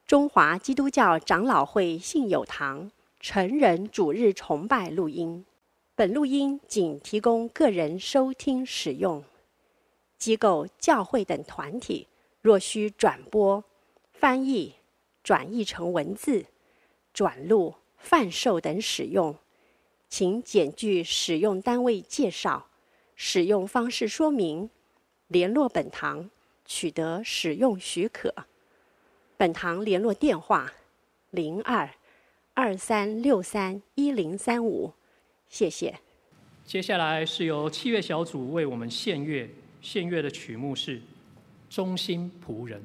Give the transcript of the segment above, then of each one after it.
中华基督教长老会信友堂成人主日崇拜录音。本录音仅提供个人收听使用，机构、教会等团体若需转播、翻译、转译成文字、转录、贩售等使用，请检具使用单位介绍、使用方式说明，联络本堂取得使用许可。本堂联络电话02-2363-1035，谢谢。 接下来是由器乐小组为我们献乐，献乐的曲目是《忠心仆人》。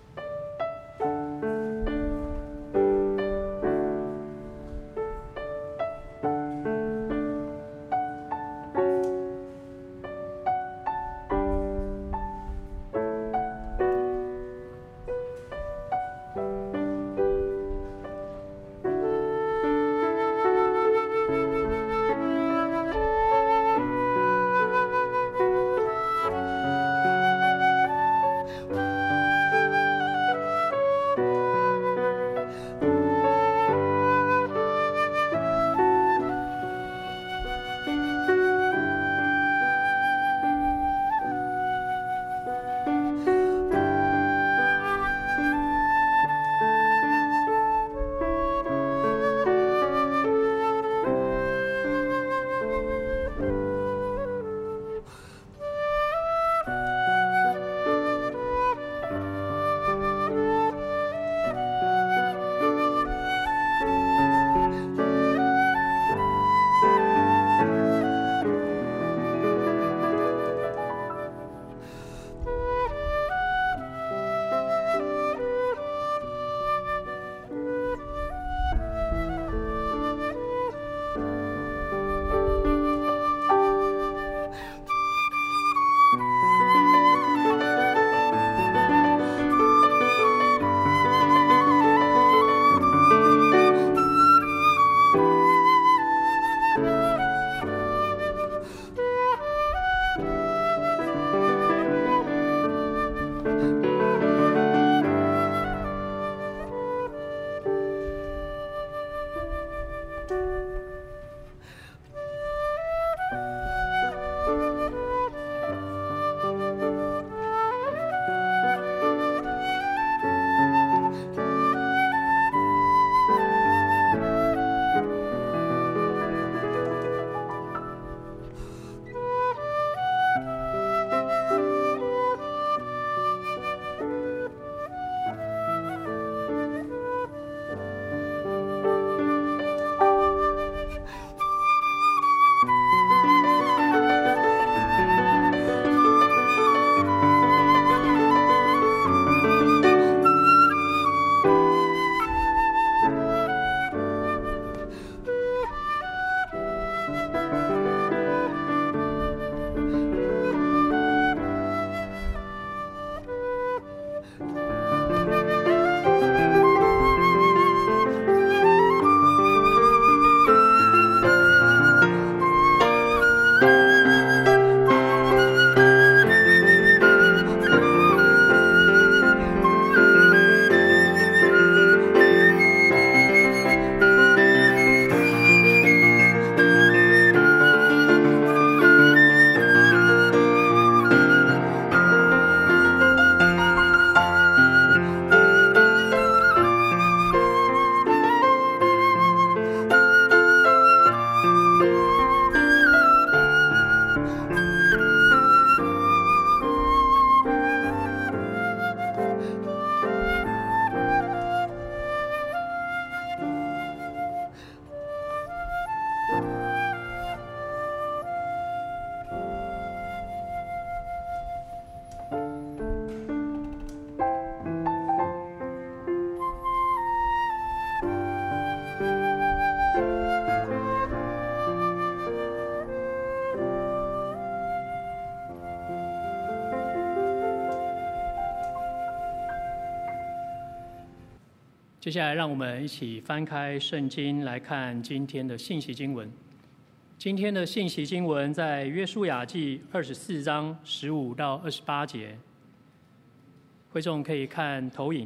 接下来，让我们一起翻开圣经来看今天的信息经文。今天的信息经文在约书亚记24章15到28节。会众可以看投影，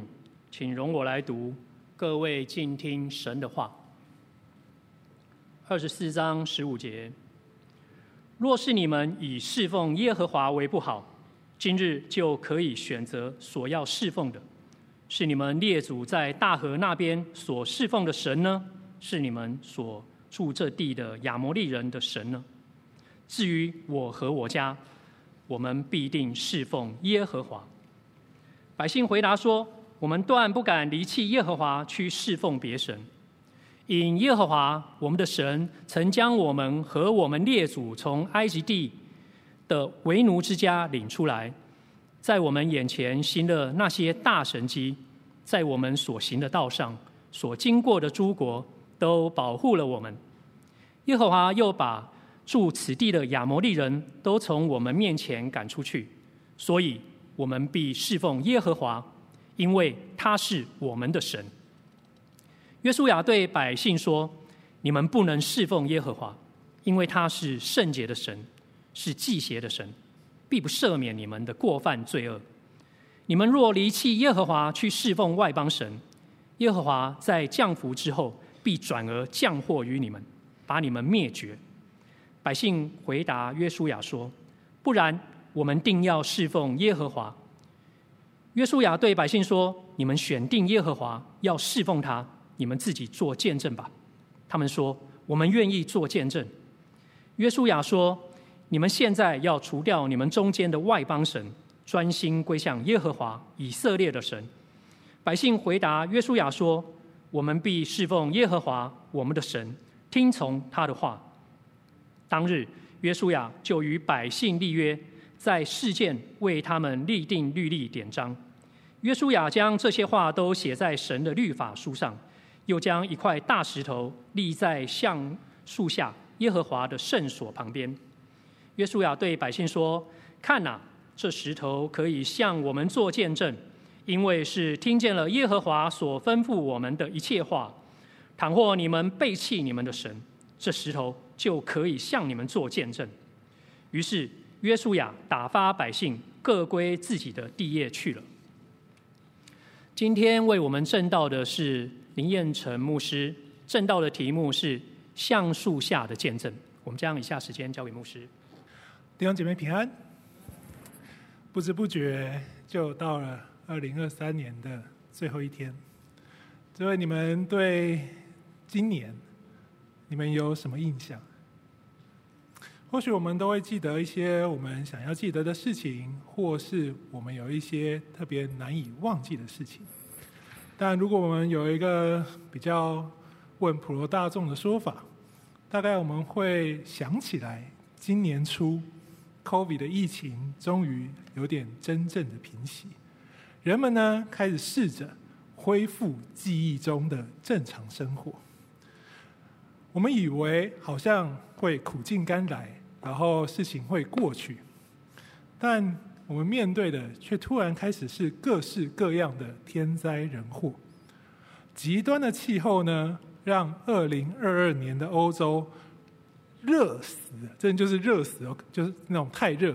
请容我来读，各位静听神的话。24章15节：若是你们以侍奉耶和华为不好，今日就可以选择所要侍奉的，是你们列祖在大河那边所侍奉的神呢，是你们所住这地的亚摩利人的神呢？至于我和我家，我们必定侍奉耶和华。百姓回答说：我们断不敢离弃耶和华去侍奉别神，因耶和华我们的神曾将我们和我们列祖从埃及地的为奴之家领出来，在我们眼前行了那些大神迹，在我们所行的道上所经过的诸国都保护了我们。耶和华又把住此地的亚摩利人都从我们面前赶出去，所以我们必侍奉耶和华，因为他是我们的神。约书亚对百姓说：你们不能侍奉耶和华，因为他是圣洁的神，是忌邪的神，必不赦免你们的过犯罪恶。你们若离弃耶和华去侍奉外邦神，耶和华在降福之后必转而降祸于你们，把你们灭绝。百姓回答约书亚说：不然，我们定要侍奉耶和华。约书亚对百姓说：你们选定耶和华，要侍奉他，你们自己做见证吧。他们说：我们愿意做见证。约书亚说：你们现在要除掉你们中间的外邦神，专心归向耶和华以色列的神。百姓回答约书亚说：我们必侍奉耶和华我们的神，听从他的话。当日，约书亚就与百姓立约，在示剑为他们立定律例典章。约书亚将这些话都写在神的律法书上，又将一块大石头立在橡树下耶和华的圣所旁边。约书亚对百姓说：看哪，这石头可以向我们做见证，因为是听见了耶和华所吩咐我们的一切话。倘或你们背弃你们的神，这石头就可以向你们做见证。于是约书亚打发百姓各归自己的地业去了。今天为我们证道的是林彦成牧师，证道的题目是橡树下的见证。我们将以下时间交给牧师。 弟兄姐妹平安。不知不觉就到了2023年的最后一天。这位，你们对今年你们有什么印象？或许我们都会记得一些我们想要记得的事情，或是我们有一些特别难以忘记的事情。但如果我们有一个比较问普罗大众的说法，大概我们会想起来，今年初 COVID 的疫情终于有点真正的平息，人们呢开始试着恢复记忆中的正常生活。我们以为好像会苦尽甘来，然后事情会过去，但我们面对的却突然开始是各式各样的天灾人祸。极端的气候呢，让2022年的欧洲热死，真的就是热死哦，就是那种太热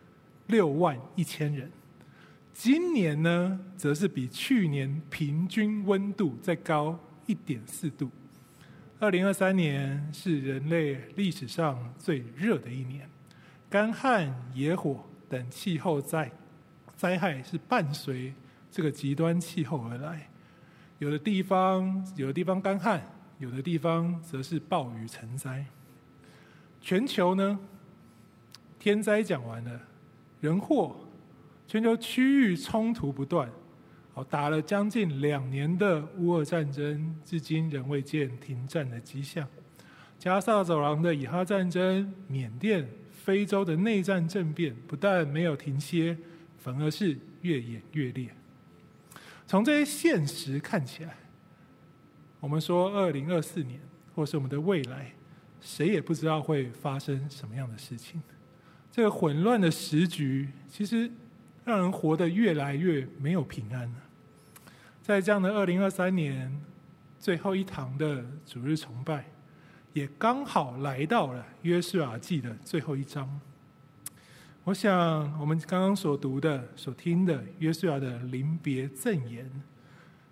，61000人。今年呢，则是比去年平均温度再高1.4度。2023年是人类历史上最热的一年，干旱、野火等气候灾害是伴随这个极端气候而来。有的地方干旱，有的地方则是暴雨成灾。全球呢，天灾讲完了，人祸，全球区域冲突不断。打了将近2年的乌俄战争，至今仍未见停战的迹象。加萨走廊的以哈战争、缅甸、非洲的内战政变，不但没有停歇，反而是越演越烈。从这些现实看起来，我们说2024年，或是我们的未来，谁也不知道会发生什么样的事情。这个混乱的时局，其实让人活得越来越没有平安了。在这样的2023年最后一堂的主日崇拜，也刚好来到了约书亚记的最后一章。我想我们刚刚所读的、所听的约书亚的临别赠言，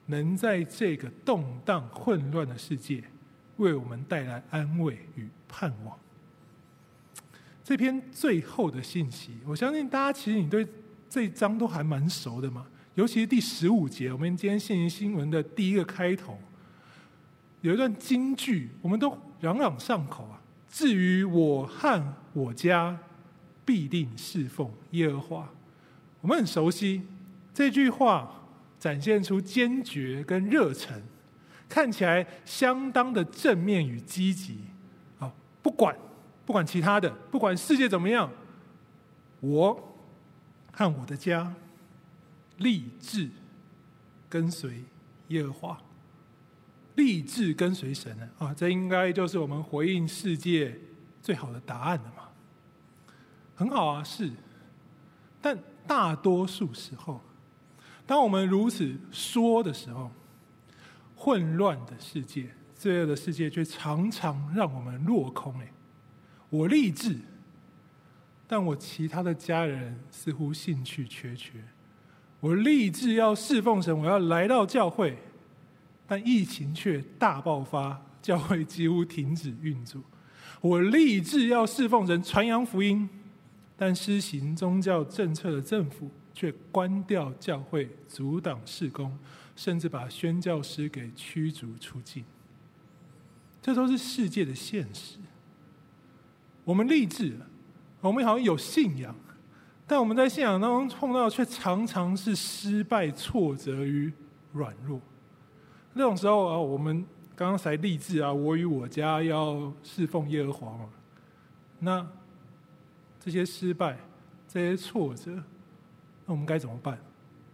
能在这个动荡混乱的世界为我们带来安慰与盼望。这篇最后的信息，我相信大家其实你对这一章都还蛮熟的嘛，尤其是第15节，我们今天现行新闻的第一个开头，有一段金句，我们都朗朗上口啊。至于我和我家，必定侍奉耶和华。我们很熟悉这句话，展现出坚决跟热忱，看起来相当的正面与积极。不管其他的，不管世界怎么样，我和我的家立志跟随耶和华，立志跟随神啊！这应该就是我们回应世界最好的答案了嘛。很好啊，是。但大多数时候，当我们如此说的时候，混乱的世界、罪恶的世界却常常让我们落空。我立志，但我其他的家人似乎兴趣缺缺。我立志要侍奉神，我要来到教会，但疫情却大爆发，教会几乎停止运作。我立志要侍奉神，传扬福音，但施行宗教政策的政府却关掉教会，阻挡事工，甚至把宣教师给驱逐出境。这都是世界的现实。我们立志了，我们好像有信仰，但我们在信仰当中碰到却常常是失败、挫折与软弱。那种时候我们刚刚才立志我与我家要侍奉耶和华嘛。那这些失败、这些挫折，那我们该怎么办？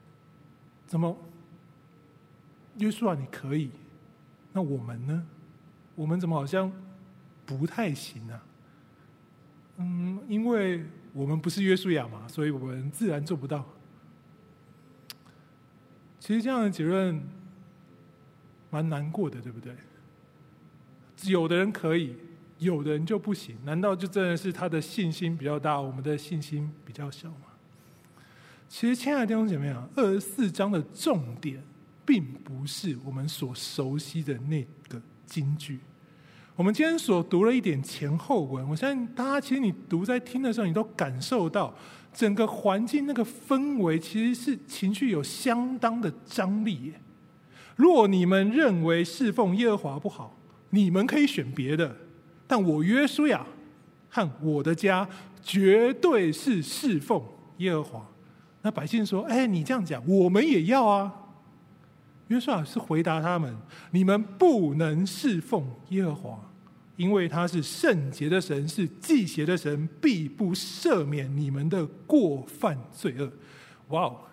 约书亚你可以，那我们呢？我们怎么好像不太行啊？因为我们不是约书亚嘛，所以我们自然做不到。其实这样的结论蛮难过的，对不对？有的人可以，有的人就不行。难道就真的是他的信心比较大，我们的信心比较小吗？其实，亲爱的弟兄姐妹24章的重点并不是我们所熟悉的那个金句。我们今天所读了一点前后文，我相信大家其实你读在听的时候，你都感受到整个环境那个氛围其实是情绪有相当的张力耶。若你们认为侍奉耶和华不好，你们可以选别的，但我约书亚和我的家绝对是侍奉耶和华。那百姓说：你这样讲，我们也要啊。约书亚是回答他们：你们不能侍奉耶和华，因为他是圣洁的神，是忌邪的神，必不赦免你们的过犯罪恶。哇哦，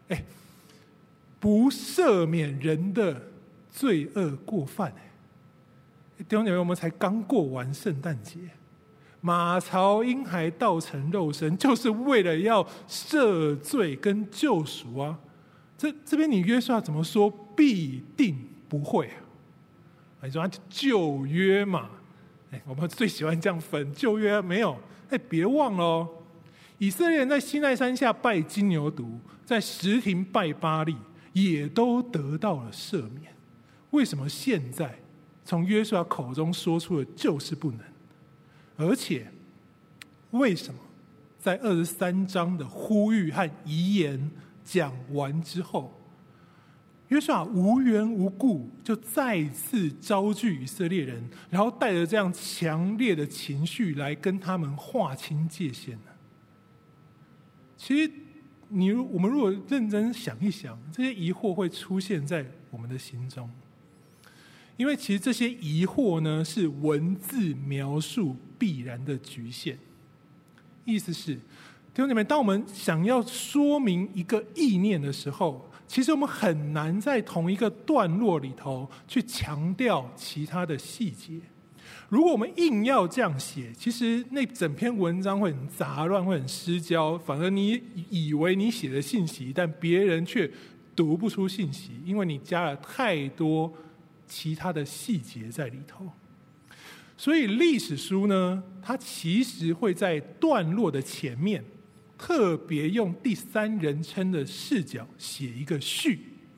不赦免人的罪恶过犯。弟兄姐妹，我们才刚过完圣诞节，马槽婴孩道成肉身，就是为了要赦罪跟救赎啊。这边你约书亚怎么说？必定不会啊！你说旧约嘛？我们最喜欢这样分旧约没有？别忘了以色列人在西奈山下拜金牛犊，在什亭拜巴力，也都得到了赦免。为什么现在从约书亚口中说出的就是不能？而且为什么在23章的呼吁和遗言讲完之后，约书亚无缘无故就再次招聚以色列人，然后带着这样强烈的情绪来跟他们划清界限呢？其实我们如果认真想一想，这些疑惑会出现在我们的心中，因为其实这些疑惑呢，是文字描述必然的局限。意思是，弟兄姐妹，当我们想要说明一个意念的时候，其实我们很难在同一个段落里头去强调其他的细节。如果我们硬要这样写，其实那整篇文章会很杂乱，会很失焦，反而你以为你写了信息，但别人却读不出信息，因为你加了太多其他的细节在里头。所以历史书呢，它其实会在段落的前面特别用第三人称的视角写一个序，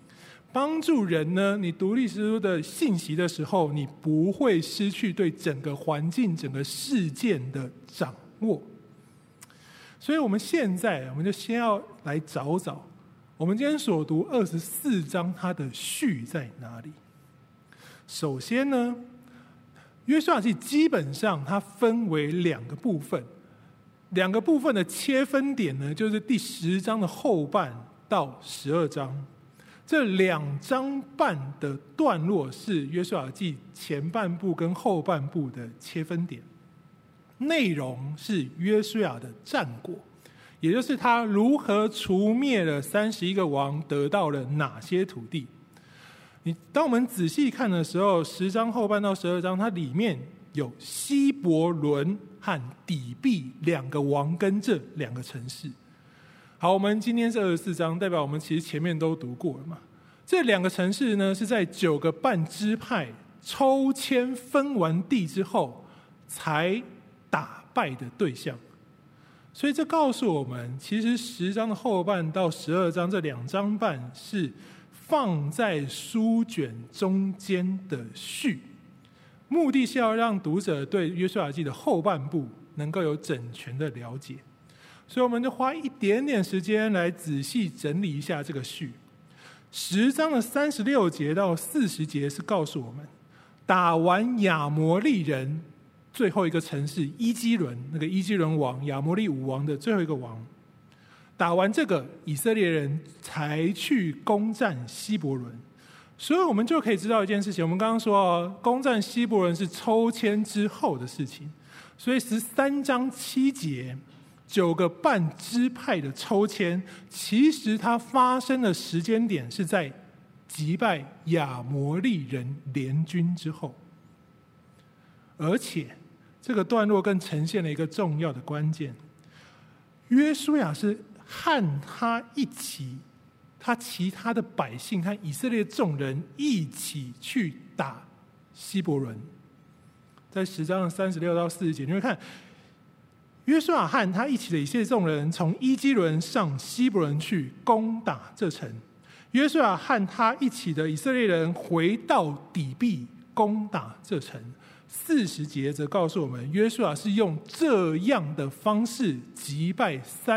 帮助人呢，你读历史书的信息的时候，你不会失去对整个环境、整个事件的掌握。所以我们现在，我们就先要来找找，我们今天所读24章它的序在哪里。首先呢，约书亚记基本上它分为两个部分，两个部分的切分点呢，就是第10章的后半到12章。这2章半的段落是约书亚记前半部跟后半部的切分点，内容是约书亚的战果，也就是他如何除灭了31个王，得到了哪些土地。当我们仔细看的时候，10章后半到12章，它里面有希伯伦和底比2个王跟这2个城市。好，我们今天是24章，代表我们其实前面都读过了嘛。这2个城市呢，是在9个半支派抽签分完地之后才打败的对象。所以这告诉我们，其实10章的后半到12章这2章半是放在书卷中间的序，目的是要让读者对约书亚记的后半部能够有整全的了解。所以我们就花一点点时间来仔细整理一下这个序。10章的36节到40节是告诉我们，打完亚摩利人最后一个城市伊基伦，那个伊基伦王，亚摩利5王的最后一个王，打完这个，以色列人才去攻占希伯伦。所以我们就可以知道一件事情，我们刚刚说攻占希伯伦是抽签之后的事情，所以13章7节9个半支派的抽签，其实它发生的时间点是在击败亚摩利人联军之后。而且这个段落更呈现了一个重要的关键，约书亚是和他一起，他其他的百姓和以色列众人一起去打希伯伦。在10章的36到40节，你会看约书亚和他一起的以色列众人从伊基伦上希伯伦去攻打这城。约书亚和他一起的以色列人回到底比攻打这城。40节则告诉我们，约书亚是用这样的方式击败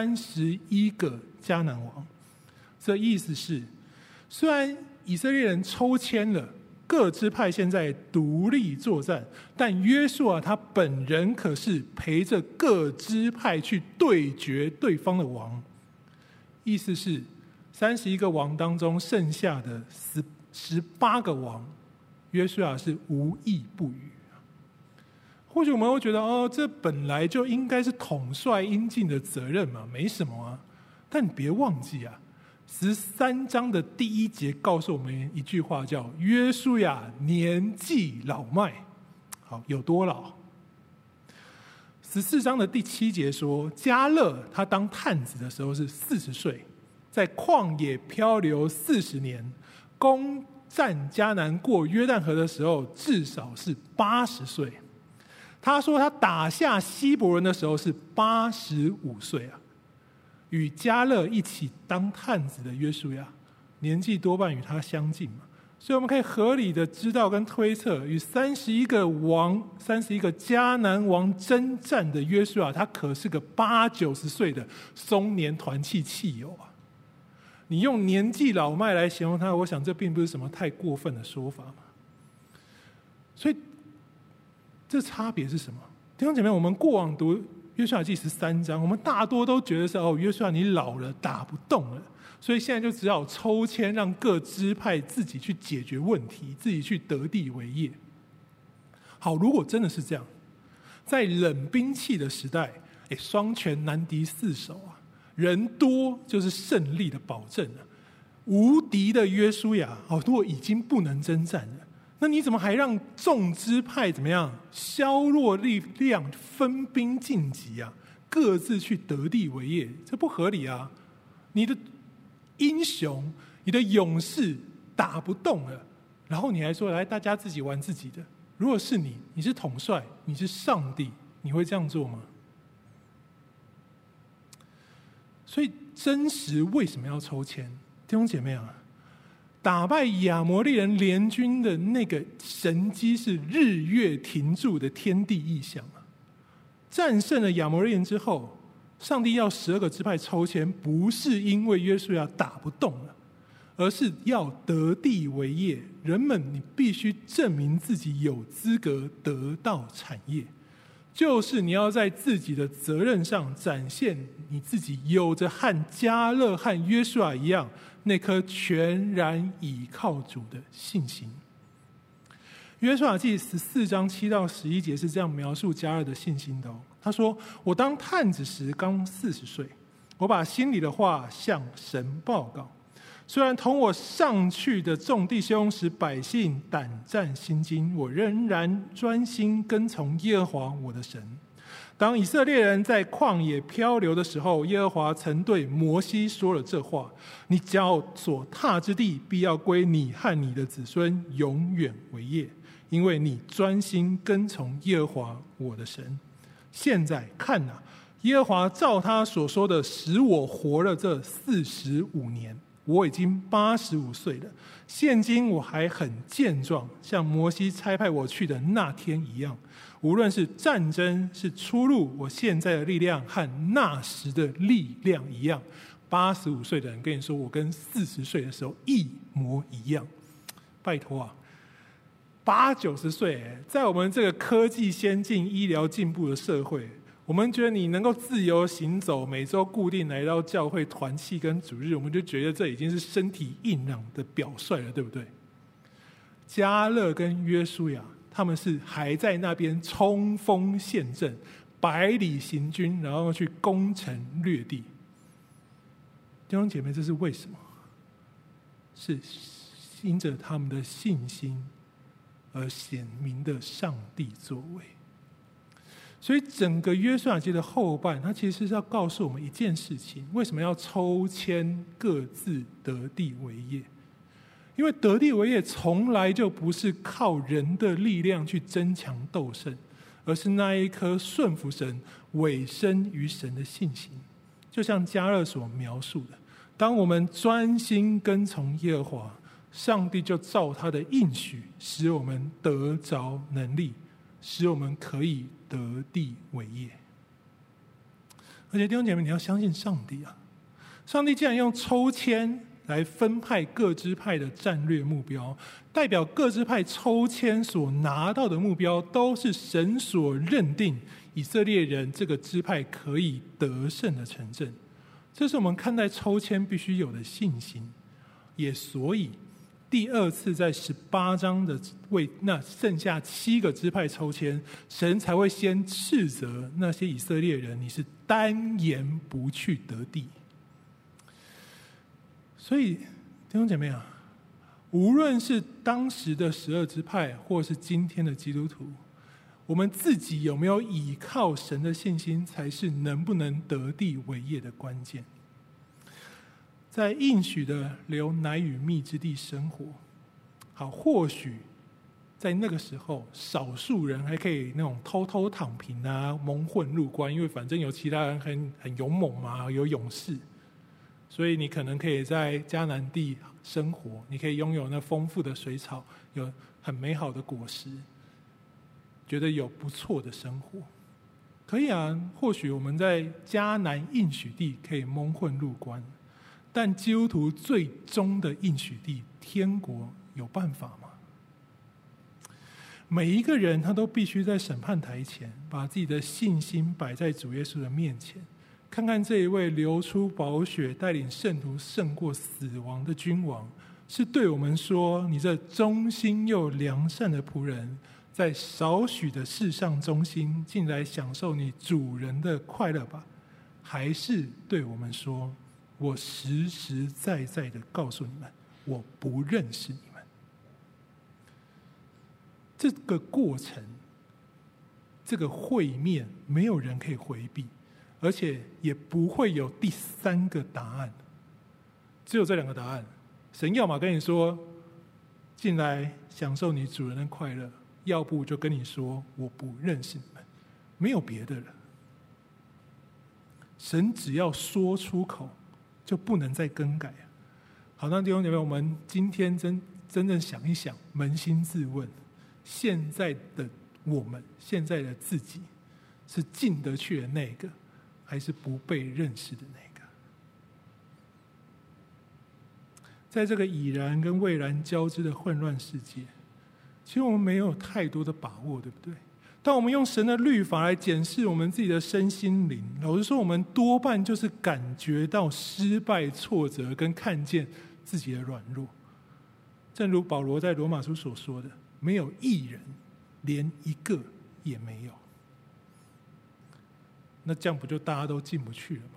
31个迦南王。这意思是，虽然以色列人抽签了，各支派现在独立作战，但约书亚他本人可是陪着各支派去对决对方的王。意思是31个王当中剩下的18个王，约书亚是无意不语。或许我们会觉得，这本来就应该是统帅应尽的责任嘛，没什么啊。但你别忘记啊，13章的第1节告诉我们一句话，叫约书亚年纪老迈。好，有多老？14章的第7节说，迦勒他当探子的时候是40岁，在旷野漂流40年，攻占迦南过约旦河的时候至少是80岁。他说他打下希伯伦的时候是85岁啊。与迦勒一起当探子的约书亚，年纪多半与他相近嘛，所以我们可以合理的知道跟推测，与31个迦南王征战的约书亚，他可是个80-90岁的中年团契契友啊。你用年纪老迈来形容他，我想这并不是什么太过分的说法嘛。所以这差别是什么？弟兄姐妹，我们过往读约书亚记13章，我们大多都觉得是约书亚你老了，打不动了，所以现在就只好抽签，让各支派自己去解决问题，自己去得地为业。好，如果真的是这样，在冷兵器的时代，双拳难敌4手啊，人多就是胜利的保证啊。无敌的约书亚，如果已经不能征战了，那你怎么还让众支派怎么样削弱力量，分兵进击啊？各自去得地为业，这不合理啊！你的英雄、你的勇士打不动了，然后你还说来大家自己玩自己的。如果是你，你是统帅，你是上帝，你会这样做吗？所以真实为什么要抽签？弟兄姐妹啊， 打败亚摩利人联军的那个神迹是日月停住的天地异象啊！战胜了亚摩利人之后，上帝要12个支派抽签，不是因为约书亚打不动了，而是要得地为业。人们，你必须证明自己有资格得到产业，就是你要在自己的责任上展现你自己有着和迦勒和约书亚一样那颗全然倚靠主的信心。约书亚记14章7到11节是这样描述迦勒的信心的他说：我当探子时刚40岁，我把心里的话向神报告。虽然同我上去的众弟兄使百姓胆战心惊，我仍然专心跟从耶和华我的神。当以色列人在旷野漂流的时候，耶和华曾对摩西说了这话：你脚所踏之地，必要归你和你的子孙永远为业，因为你专心跟从耶和华我的神。现在看啊，耶和华照他所说的使我活了这45年，我已经85岁了，现今我还很健壮，像摩西差派我去的那天一样。无论是战争是出路，我现在的力量和那时的力量一样。85岁的人跟你说我跟40岁的时候一模一样，拜托啊，80、90岁，在我们这个科技先进、医疗进步的社会，我们觉得你能够自由行走，每周固定来到教会团契跟主日，我们就觉得这已经是身体硬朗的表率了，对不对？迦勒跟约书亚他们是还在那边冲锋陷阵、百里行军，然后去攻城略地。弟兄姐妹，这是为什么？是因着他们的信心而显明的上帝作为。所以整个约书亚记的后半，它其实是要告诉我们一件事情：为什么要抽签各自得地为业？因为得地为业从来就不是靠人的力量去争强斗胜，而是那一颗顺服神、委身于神的信心。就像迦勒所描述的，当我们专心跟从耶和华，上帝就照他的应许，使我们得着能力，使我们可以得地为业。而且弟兄姐妹，你要相信上帝啊！上帝既然用抽签来分派各支派的战略目标，代表各支派抽签所拿到的目标都是神所认定以色列人这个支派可以得胜的城镇。这是我们看待抽签必须有的信心。也所以第二次在18章的为那剩下7个支派抽签，神才会先斥责那些以色列人，你是单言不去得地。所以弟兄姐妹啊，无论是当时的12支派，或是今天的基督徒，我们自己有没有倚靠神的信心，才是能不能得地为业的关键。在应许的流奶与蜜之地生活，好，或许在那个时候，少数人还可以那种偷偷躺平啊，蒙混入关，因为反正有其他人很勇猛嘛，有勇士。所以你可能可以在迦南地生活，你可以拥有那丰富的水草，有很美好的果实，觉得有不错的生活。可以啊，或许我们在迦南应许地可以蒙混入关，但基督徒最终的应许地天国有办法吗？每一个人他都必须在审判台前把自己的信心摆在主耶稣的面前，看看这一位流出宝血带领圣徒胜过死亡的君王，是对我们说，你这忠心又良善的仆人，在少许的事上忠心，进来享受你主人的快乐吧？还是对我们说，我实实在在的告诉你们，我不认识你们。这个过程，这个会面，没有人可以回避，而且也不会有第3个答案，只有这2个答案。神要么跟你说进来享受你主人的快乐，要不就跟你说我不认识你们，没有别的了。神只要说出口，就不能再更改。 好，那弟兄姐妹，我们今天真正想一想，扪心自问，现在的我们，现在的自己，是进得去的那个，还是不被认识的那个？在这个已然跟未然交织的混乱世界，其实我们没有太多的把握，对不对？当我们用神的律法来检视我们自己的身心灵，老实说，我们多半就是感觉到失败、挫折，跟看见自己的软弱。正如保罗在罗马书所说的，没有一人，连一个也没有。那这样不就大家都进不去了吗？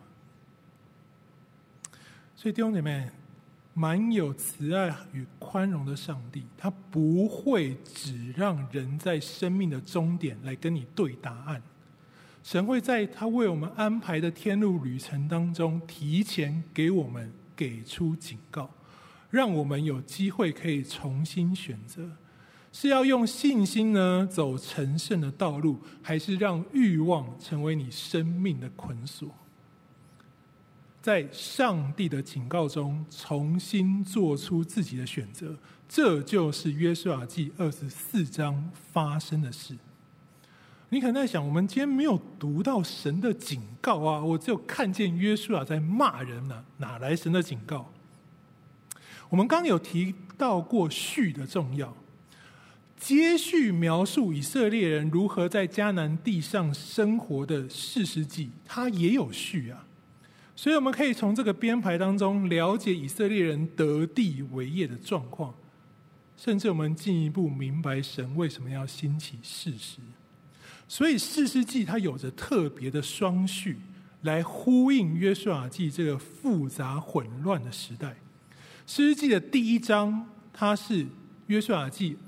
所以弟兄姐妹，满有慈爱与宽容的上帝，他不会只让人在生命的终点来跟你对答案。神会在他为我们安排的天路旅程当中，提前给我们给出警告，让我们有机会可以重新选择，是要用信心呢走成圣的道路，还是让欲望成为你生命的捆锁？在上帝的警告中重新做出自己的选择，这就是约书亚记24章发生的事。你可能在想，我们今天没有读到神的警告啊，我只有看见约书亚在骂人啊，哪来神的警告？我们刚刚有提到过序的重要，接续描述以色列人如何在迦南地上生活的士师记，它也有序啊。所以我们可以从这个编排当中了解以色列人得地为业的状况，甚至我们进一步明白神为什么要兴起士师。所以士师记它有着特别的双序，来呼应约书亚记这个复杂混乱的时代。士师记的第一章，它是约书亚记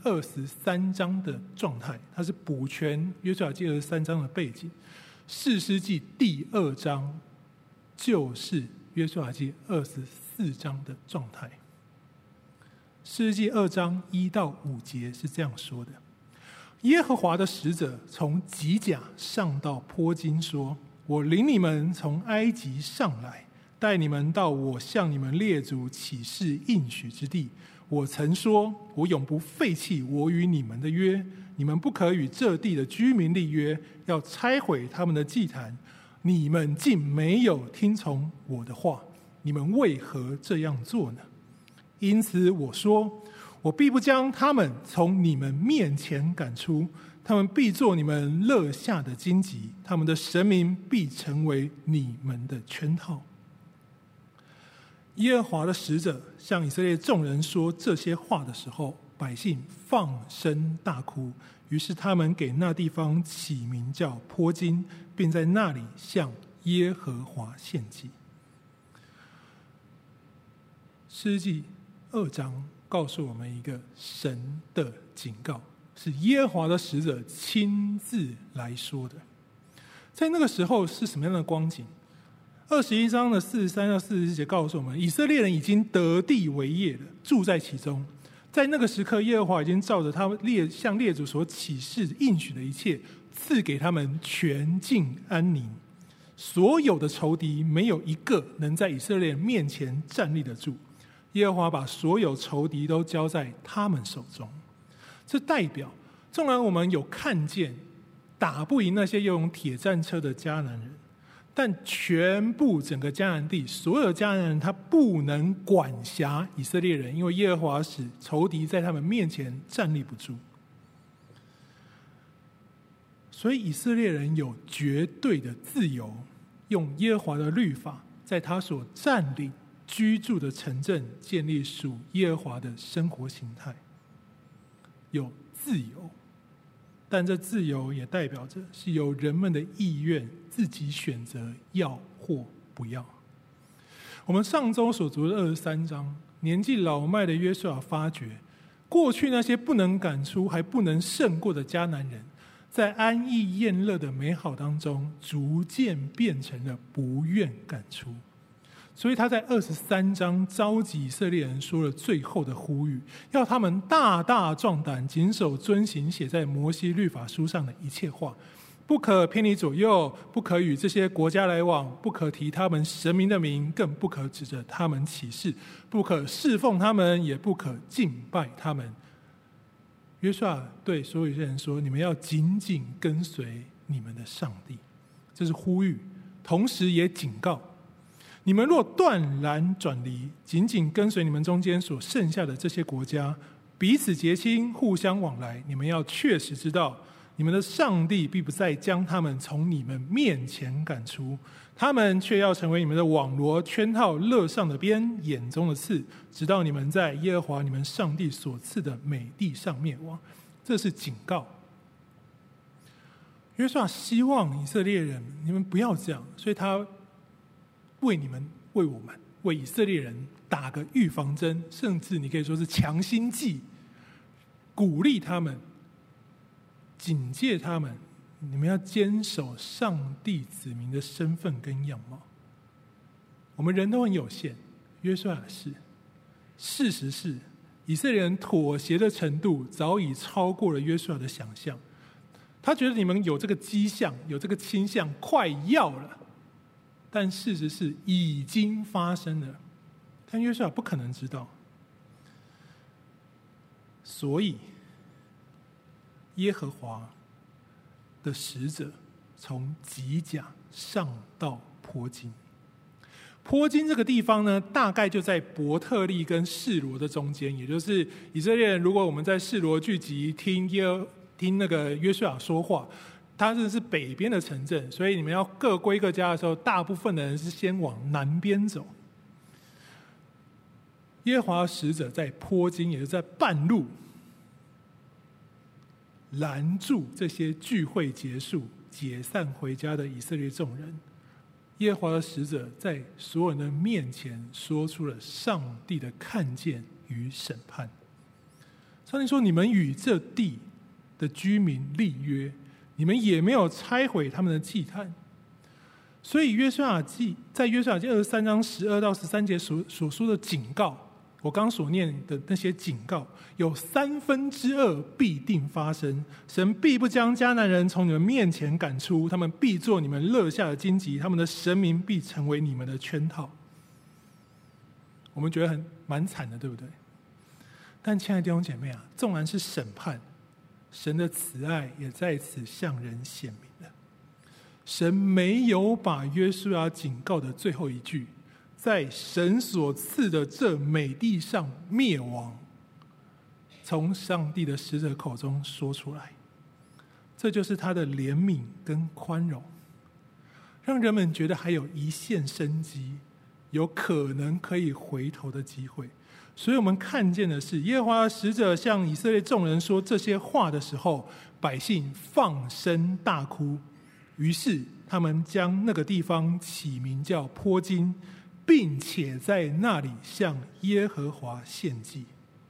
23章的状态，它是补全约书亚记23章的背景。士师记第2章就是约书亚记24章的状态。士师记2章1到5节是这样说的：耶和华的使者从吉甲上到坡金，说：我领你们从埃及上来，带你们到我向你们列祖起誓应许之地。我曾说，我永不废弃我与你们的约，你们不可与这地的居民立约，要拆毁他们的祭坛。你们竟没有听从我的话，你们为何这样做呢？因此我说，我必不将他们从你们面前赶出，他们必做你们肋下的荆棘，他们的神明必成为你们的圈套。耶和华的使者向以色列众人说这些话的时候，百姓放声大哭，于是他们给那地方起名叫坡金，并在那里向耶和华献祭。士师记2章告诉我们一个神的警告，是耶和华的使者亲自来说的。在那个时候是什么样的光景？21章的43到44节告诉我们，以色列人已经得地为业了，住在其中。在那个时刻，耶和华已经照着他向列祖所启示应许的一切，赐给他们全境安宁。所有的仇敌没有一个能在以色列人面前站立得住。耶和华把所有仇敌都交在他们手中。这代表，纵然我们有看见打不赢那些用铁战车的迦南人，但全部整个迦南地所有迦南人，他不能管辖以色列人，因为耶和华使仇敌在他们面前站立不住。所以以色列人有绝对的自由，用耶和华的律法，在他所占领居住的城镇建立属耶和华的生活形态，有自由。但这自由也代表着是由人们的意愿自己选择要或不要。我们上周所读的23章，年纪老迈的约书亚发觉，过去那些不能赶出还不能胜过的迦南人，在安逸宴乐的美好当中，逐渐变成了不愿赶出。所以他在23章召集以色列人说了最后的呼吁，要他们大大壮胆，谨守遵行写在摩西律法书上的一切话， 不可偏离左右，不可与这些国家来往，不可提他们神明的名，更不可指着他们起誓，不可侍奉他们，也不可敬拜他们。约书亚对所有人说，你们要紧紧跟随你们的上帝。这是呼吁，同时也警告，你们若断然转离，紧紧跟随你们中间所剩下的这些国家，彼此结亲，互相往来，你们要确实知道，你们的上帝必不再将他们从你们面前赶出，他们却要成为你们的网罗，圈套勒上的鞭，眼中的刺，直到你们在耶和华你们上帝所赐的美地上灭亡。这是警告。约书亚希望以色列人，你们不要这样，所以他为你们、为我们、为以色列人打个预防针，甚至你可以说是强心剂，鼓励他们，警戒他们，你们要坚守上帝子民的身份跟样貌。我们人都很有限，约书亚是。事实是，以色列人妥协的程度早已超过了约书亚的想象。他觉得你们有这个迹象，有这个倾向，快要了，但事实是已经发生了。但约书亚不可能知道，所以耶和华的使者从吉甲上到坡金。坡金这个地方呢，大概就在伯特利跟示罗的中间，也就是以色列人如果我们在示罗聚集听那个约书亚说话，它这是北边的城镇，所以你们要各归各家的时候，大部分的人是先往南边走。耶和华使者在坡金，也就是在半路拦住这些聚会结束、解散回家的以色列众人。耶和华的使者在所有人的面前说出了上帝的看见与审判。上帝说：“你们与这地的居民立约，你们也没有拆毁他们的祭坛。”所以在约书亚记23章12到13节所说的警告，我刚所念的那些警告，有2/3必定发生。神必不将迦南人从你们面前赶出，他们必做你们勒下的荆棘，他们的神明必成为你们的圈套。我们觉得蛮惨的，对不对？但亲爱的弟兄姐妹啊，纵然是审判，神的慈爱也在此向人显明了。神没有把约书亚警告的最后一句，在神所赐的这美地上灭亡，从上帝的使者口中说出来。这就是他的怜悯跟宽容，让人们觉得还有一线生机，有可能可以回头的机会。所以我们看见的是，耶和华的使者向以色列众人说这些话的时候，百姓放声大哭，于是他们将那个地方起名叫坡金，并且在那里向耶和华献祭。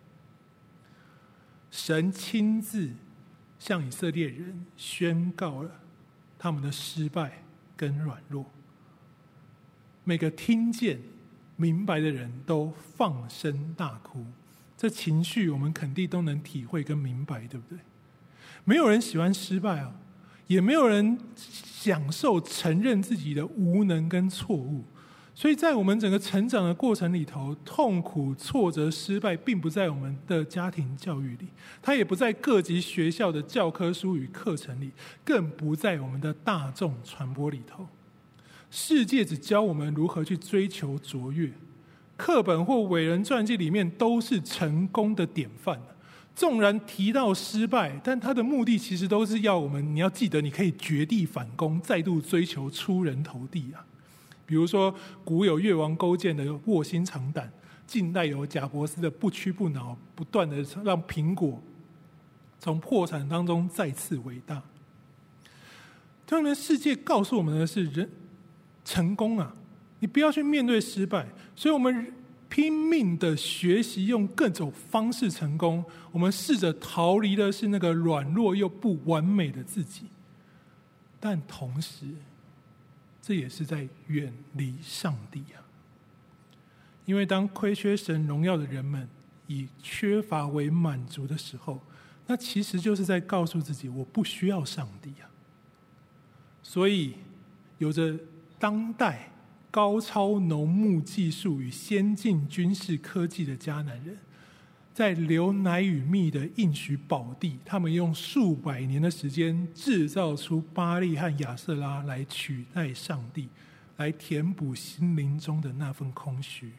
神亲自向以色列人宣告了他们的失败跟软弱，每个听见明白的人都放声大哭。这情绪我们肯定都能体会跟明白，对不对？没有人喜欢失败啊，也没有人享受承认自己的无能跟错误。所以在我们整个成长的过程里头，痛苦、挫折、失败并不在我们的家庭教育里，它也不在各级学校的教科书与课程里，更不在我们的大众传播里头。世界只教我们如何去追求卓越，课本或伟人传记里面都是成功的典范。纵然提到失败，但他的目的其实都是要我们，你要记得你可以绝地反攻，再度追求出人头地啊。比如说古有越王勾践的卧薪尝胆，近代有贾伯斯的不屈不挠，不断的让苹果从破产当中再次伟大。当然世界告诉我们的是，人成功啊，你不要去面对失败，所以我们拼命的学习用各种方式成功，我们试着逃离的是那个软弱又不完美的自己，但同时这也是在远离上帝啊。因为当亏缺神荣耀的人们以缺乏为满足的时候，那其实就是在告诉自己，我不需要上帝啊。 所以有着当代高超农牧技术与先进军事科技的迦南人，在流奶与蜜的应许宝地，他们用数百年的时间制造出巴力和亚瑟拉来取代上帝，来填补心灵中的那份空虚。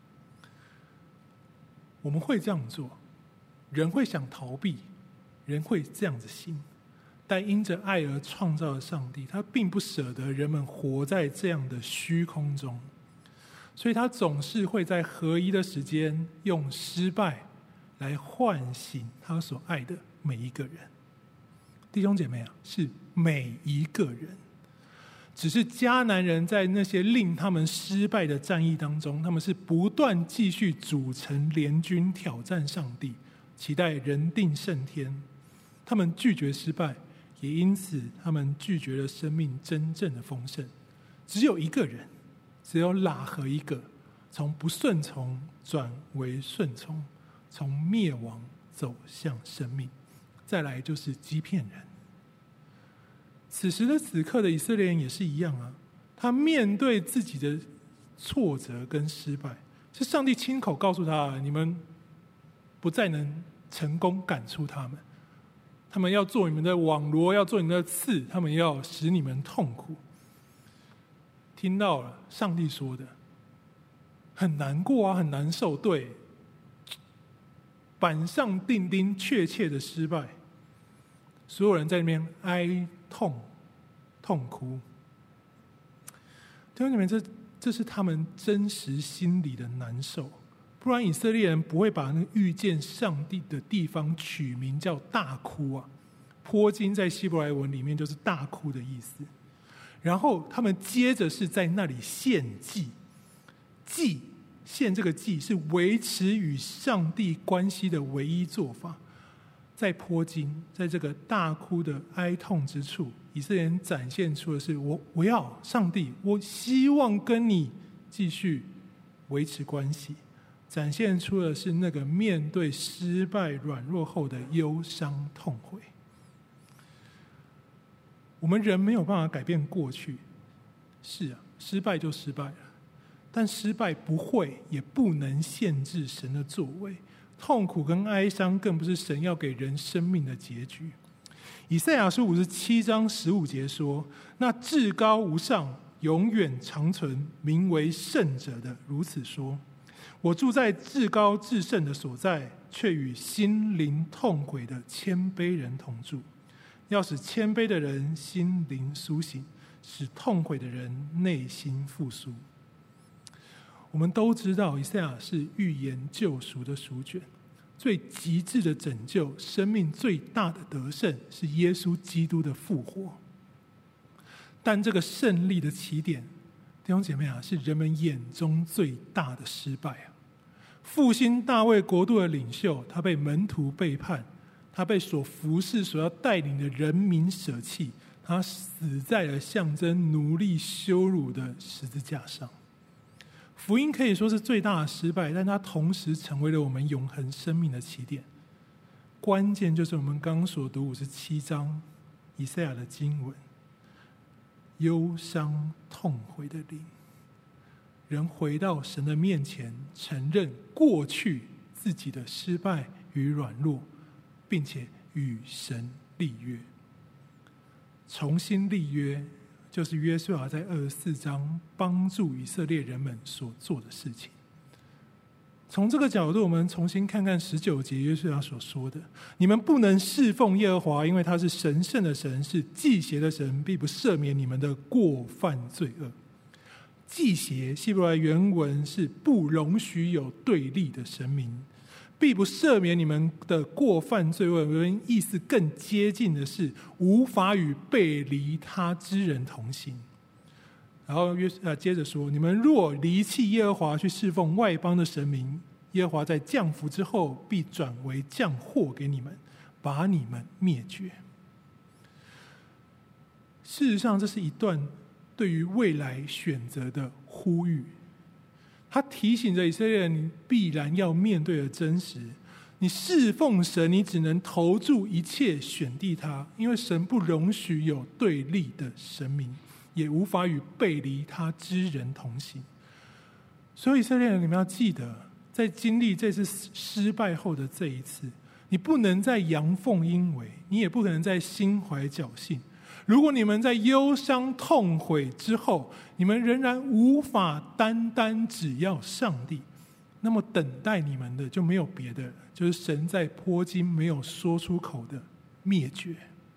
我们会这样做，人会想逃避，人会这样子行，但因着爱而创造的上帝，他并不舍得人们活在这样的虚空中，所以他总是会在合一的时间用失败来唤醒他所爱的每一个人。弟兄姐妹啊，是每一个人。只是迦南人在那些令他们失败的战役当中，他们是不断继续组成联军挑战上帝，期待人定胜天。他们拒绝失败，也因此他们拒绝了生命真正的丰盛。只有一个人，只有喇合一个，从不顺从转为顺从，从灭亡走向生命。再来就是基遍人。此时的此刻的以色列人也是一样啊，他面对自己的挫折跟失败，是上帝亲口告诉他，你们不再能成功赶出他们，他们要做你们的网罗，要做你们的刺，他们要使你们痛苦。听到了上帝说的，很难过啊，很难受，对，板上钉钉确切的失败，所有人在那边哀痛哭。弟兄姐妹，这是他们真实心里的难受，不然以色列人不会把那遇见上帝的地方取名叫大哭啊。坡金在希伯来文里面就是大哭的意思。然后他们接着是在那里献祭，献这个祭是维持与上帝关系的唯一做法。在坡金，在这个大哭的哀痛之处，以色列人展现出的是我要上帝，我希望跟你继续维持关系，展现出的是那个面对失败软弱后的忧伤痛悔。我们人没有办法改变过去，是啊，失败就失败了，但失败不会也不能限制神的作为。痛苦跟哀伤更不是神要给人生命的结局。以赛亚书57章15节说，那至高无上永远长存名为圣者的如此说，我住在至高至圣的所在，却与心灵痛悔的谦卑人同住，要使谦卑的人心灵苏醒，使痛悔的人内心复苏。我们都知道以赛亚是预言救赎的书卷，最极致的拯救，生命最大的得胜是耶稣基督的复活。但这个胜利的起点，弟兄姐妹啊，是人们眼中最大的失败啊！复兴大卫国度的领袖，他被门徒背叛，他被所服侍、所要带领的人民舍弃，他死在了象征奴隶羞辱的十字架上。福音可以说是最大的失败，但它同时成为了我们永恒生命的起点。关键就是我们刚刚所读57章以赛亚的经文，忧伤痛悔的灵，人回到神的面前，承认过去自己的失败与软弱，并且与神立约。重新立约，就是约书亚在24章帮助以色列人们所做的事情。从这个角度，我们重新看看19节约书亚所说的：你们不能侍奉耶和华，因为他是神圣的神，是忌邪的神，必不赦免你们的过犯罪恶。忌邪希伯来原文是不容许有对立的神明，必不赦免你们的过犯罪恶，原意思更接近的是无法与背离他之人同行。然后接着说，你们若离弃耶和华去侍奉外邦的神明，耶和华在降福之后必转为降祸给你们，把你们灭绝。事实上，这是一段对于未来选择的呼吁，他提醒着以色列人必然要面对的真实， 你侍奉神，你只能投注一切选定他，因为神不容许有对立的神明，也无法与背离他之人同行。所以以色列人，你们要记得，在经历这次失败后的这一次，你不能再阳奉阴违，你也不可能再心怀侥幸。如果你们在忧伤痛悔之后，你们仍然无法单只要上帝，那么等待你们的就没有别的，就是神在波金没有说出口的灭绝。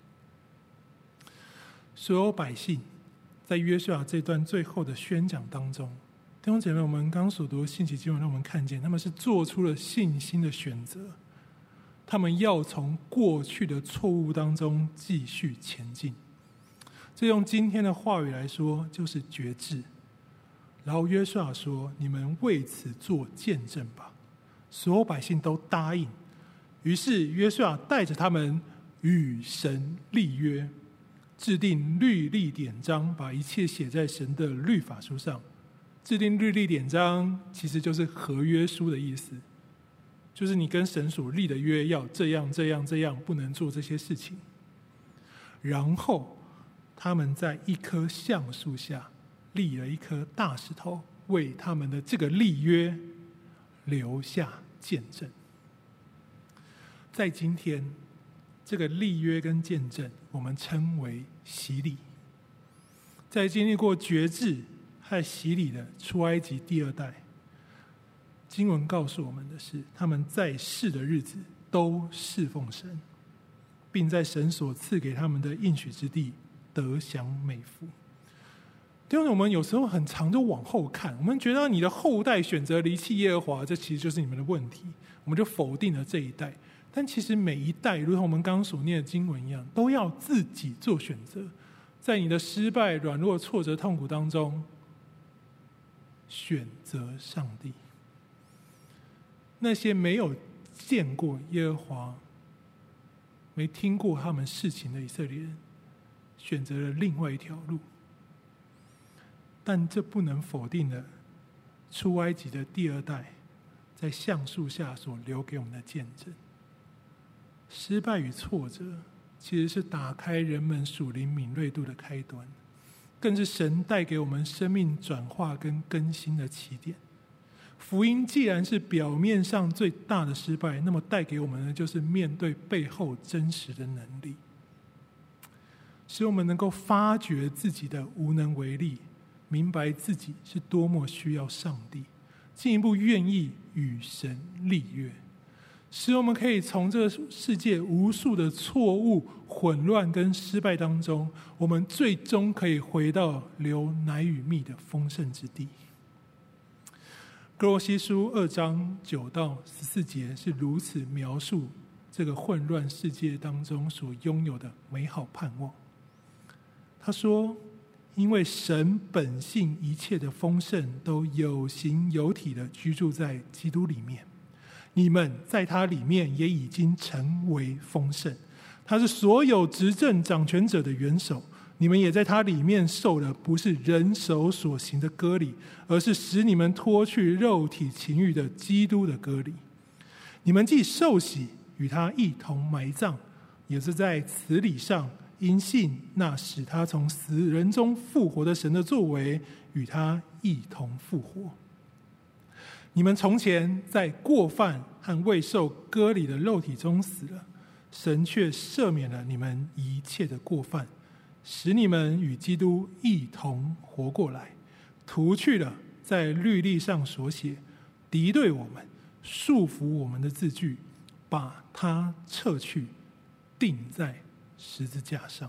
所有百姓在约书亚这段最后的宣讲当中，弟兄姐妹，我们刚所读的信息经文让我们看见，他们是做出了信心的选择，他们要从过去的错误当中继续前进。这用今天的话语来说，就是决志。然后约书亚说：“你们为此做见证吧。”所有百姓都答应。于是约书亚带着他们与神立约，制定律例典章，把一切写在神的律法书上。制定律例典章其实就是合约书的意思，就是你跟神所立的约要这样这样这样，不能做这些事情。然后他们在一棵橡树下立了一颗大石头，为他们的这个立约留下见证。在今天，这个立约跟见证，我们称为洗礼。在经历过决志和洗礼的出埃及第二代，经文告诉我们的是，他们在世的日子都侍奉神，并在神所赐给他们的应许之地得享美福。弟兄，我们有时候很常就往后看，我们觉得你的后代选择离弃耶和华，这其实就是你们的问题，我们就否定了这一代。但其实每一代，如同我们刚刚所念的经文一样，都要自己做选择，在你的失败、软弱、挫折、痛苦当中，选择上帝。那些没有见过耶和华、没听过他们事情的以色列人，选择了另外一条路。但这不能否定了出埃及的第二代在橡树下所留给我们的见证。失败与挫折其实是打开人们属灵敏锐度的开端，更是神带给我们生命转化跟更新的起点。福音既然是表面上最大的失败，那么带给我们的就是面对背后真实的能力，使我们能够发觉自己的无能为力，明白自己是多么需要上帝，进一步愿意与神立约，使我们可以从这个世界无数的错误、混乱跟失败当中，我们最终可以回到流奶与蜜的丰盛之地。歌罗西书2章9到14节是如此描述这个混乱世界当中所拥有的美好盼望。他说，因为神本性一切的丰盛都有形有体的居住在基督里面，你们在他里面也已经成为丰盛。他是所有执政掌权者的元首，你们也在他里面受了不是人手所行的割礼，而是使你们脱去肉体情欲的基督的割礼。你们既受洗，与他一同埋葬，也是在此礼上因信那使他从死人中复活的神的作为，与他一同复活。你们从前在过犯和未受割礼的肉体中死了，神却赦免了你们一切的过犯，使你们与基督一同活过来，除去了在律例上所写敌对我们、束缚我们的字句，把它撤去，钉在十字架上。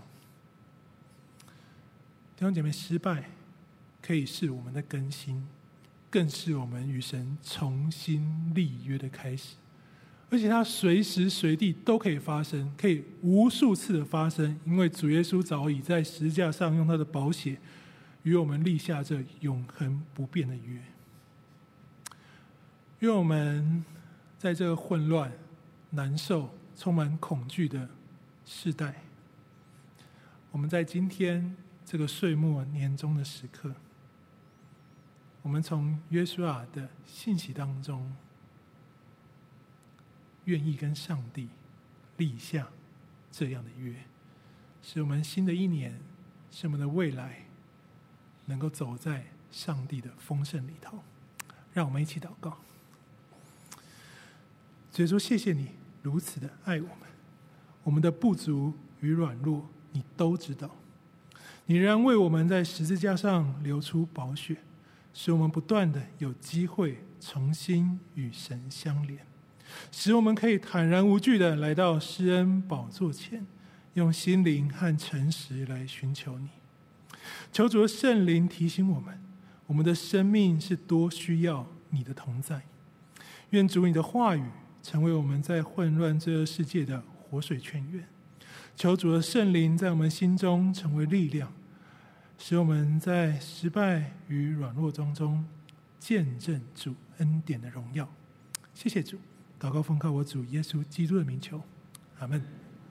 弟兄姐妹，失败可以是我们的更新，更是我们与神重新立约的开始，而且它随时随地都可以发生，可以无数次的发生，因为主耶稣早已在十字架上用他的宝血与我们立下这永恒不变的约。愿我们在这个混乱、难受、充满恐惧的世代，我们在今天这个岁末年终的时刻，我们从约书亚的信息当中愿意跟上帝立下这样的约，使我们新的一年，使我们的未来能够走在上帝的丰盛里头。让我们一起祷告。耶稣，谢谢你如此的爱我们，我们的不足与软弱你都知道，你仍然为我们在十字架上流出宝血，使我们不断的有机会重新与神相连，使我们可以坦然无惧的来到施恩宝座前，用心灵和诚实来寻求你。求主的圣灵提醒我们，我们的生命是多需要你的同在。愿主你的话语成为我们在混乱罪恶世界的活水泉源。求主的圣灵在我们心中成为力量，使我们在失败与软弱当中见证主恩典的荣耀。谢谢主，祷告奉靠我主耶稣基督的名求，阿们。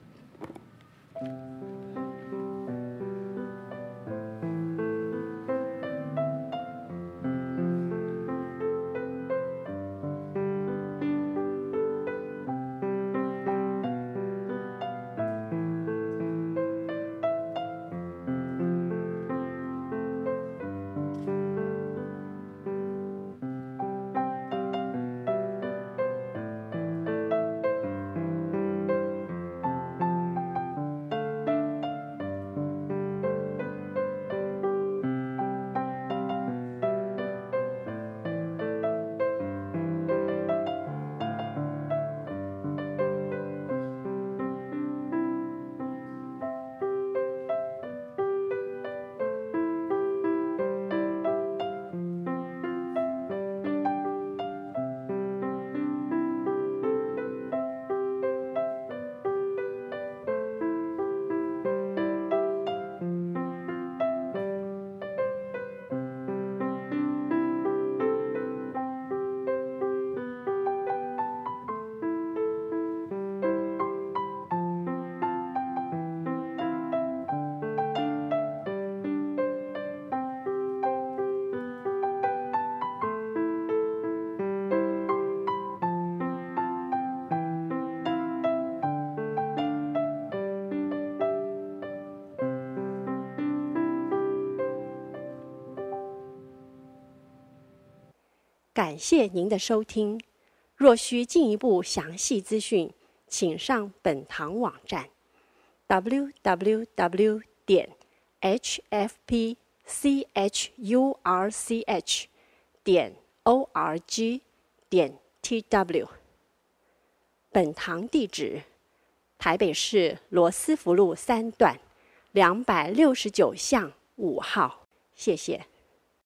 感谢您的收听。若需进一步详细资讯，请上本堂网站 www.hfpchurch.org.tw。本堂地址：台北市罗斯福路3段269巷5号。谢谢。